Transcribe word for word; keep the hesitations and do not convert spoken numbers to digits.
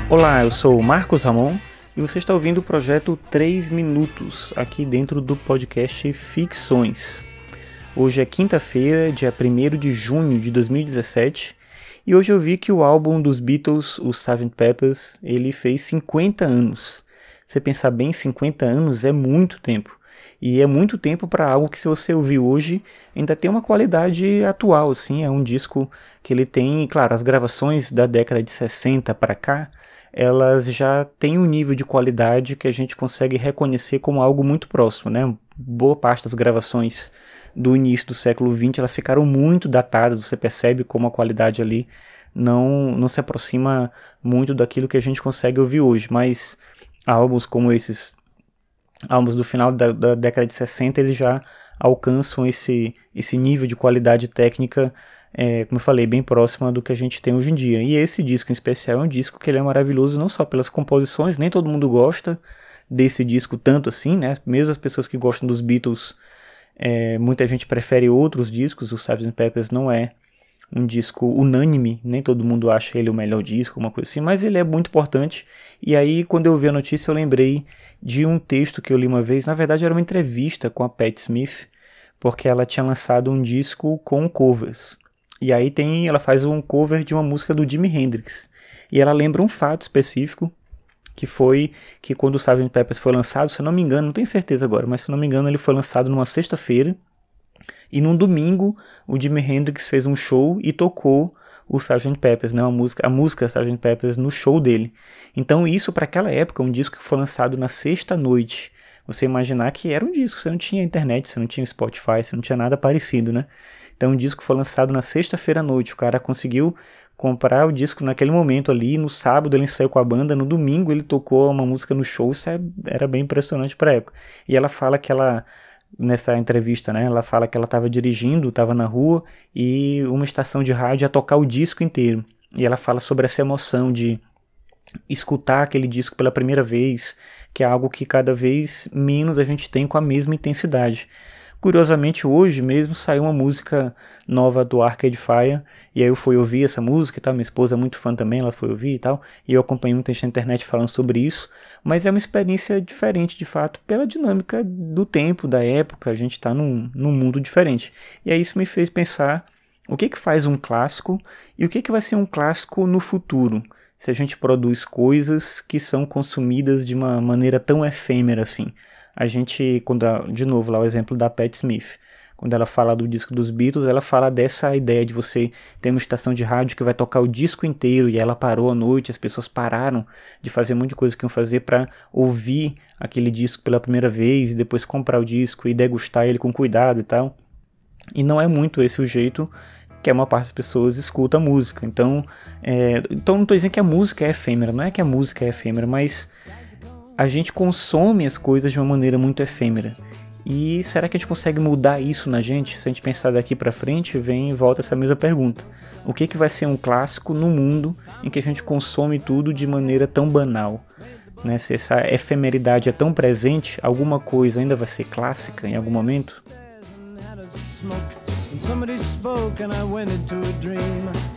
Olá, eu sou o Marcos Ramon e você está ouvindo o projeto três Minutos, aqui dentro do podcast Ficções. Hoje é quinta-feira, dia primeiro de junho de dois mil e dezessete, e hoje eu vi que o álbum dos Beatles, o sergeant Pepper's, ele fez cinquenta anos. Você pensar bem, cinquenta anos é muito tempo. E é muito tempo para algo que, se você ouvir hoje, ainda tem uma qualidade atual, assim. É um disco que ele tem, claro, as gravações da década de sessenta para cá, elas já têm um nível de qualidade que a gente consegue reconhecer como algo muito próximo, né? Boa parte das gravações do início do século vinte, elas ficaram muito datadas, você percebe como a qualidade ali não, não se aproxima muito daquilo que a gente consegue ouvir hoje, mas álbuns como esses, álbuns do final da, da década de sessenta, eles já alcançam esse, esse nível de qualidade técnica, é, como eu falei, bem próxima do que a gente tem hoje em dia. E esse disco em especial é um disco que ele é maravilhoso não só pelas composições, nem todo mundo gosta desse disco tanto assim, né? Mesmo as pessoas que gostam dos Beatles, é, muita gente prefere outros discos. O sergeant Pepper's não é um disco unânime, nem todo mundo acha ele o melhor disco, uma coisa assim, mas ele é muito importante. E aí, quando eu vi a notícia, eu lembrei de um texto que eu li uma vez. Na verdade, era uma entrevista com a Patti Smith, porque ela tinha lançado um disco com covers. E aí tem, ela faz um cover de uma música do Jimi Hendrix. E ela lembra um fato específico, que foi que quando o sergeant Pepper's foi lançado, se eu não me engano, não tenho certeza agora, mas se eu não me engano, ele foi lançado numa sexta-feira. E num domingo, o Jimi Hendrix fez um show e tocou o sergeant Pepper's, né, a música, a música sergeant Pepper's no show dele. Então isso, para aquela época, um disco que foi lançado na sexta-noite, você imaginar que era um disco, você não tinha internet, você não tinha Spotify, você não tinha nada parecido, né? Então o disco foi lançado na sexta-feira à noite, o cara conseguiu comprar o disco naquele momento ali, no sábado ele saiu com a banda, no domingo ele tocou uma música no show, isso é, era bem impressionante para a época. E ela fala que ela, nessa entrevista, né, ela fala que ela estava dirigindo, estava na rua, e uma estação de rádio ia tocar o disco inteiro. E ela fala sobre essa emoção de escutar aquele disco pela primeira vez, que é algo que cada vez menos a gente tem com a mesma intensidade. Curiosamente, hoje mesmo saiu uma música nova do Arcade Fire, e aí eu fui ouvir essa música e tal, minha esposa é muito fã também, ela foi ouvir e tal, e eu acompanhei muita gente na internet falando sobre isso, mas é uma experiência diferente, de fato, pela dinâmica do tempo, da época, a gente está num, num mundo diferente. E aí isso me fez pensar o que que faz um clássico e o que que vai ser um clássico no futuro, se a gente produz coisas que são consumidas de uma maneira tão efêmera assim. A gente, quando a, de novo lá o exemplo da Patti Smith, quando ela fala do disco dos Beatles, ela fala dessa ideia de você ter uma estação de rádio que vai tocar o disco inteiro, e ela parou à noite, as pessoas pararam de fazer um monte de coisa que iam fazer para ouvir aquele disco pela primeira vez, e depois comprar o disco e degustar ele com cuidado e tal. E não é muito esse o jeito que a maior parte das pessoas escuta a música. Então, é, então não estou dizendo que a música é efêmera, não é que a música é efêmera, mas a gente consome as coisas de uma maneira muito efêmera. E será que a gente consegue mudar isso na gente? Se a gente pensar daqui pra frente, vem e volta essa mesma pergunta. O que que vai ser um clássico no mundo em que a gente consome tudo de maneira tão banal? Né? Se essa efemeridade é tão presente, alguma coisa ainda vai ser clássica em algum momento?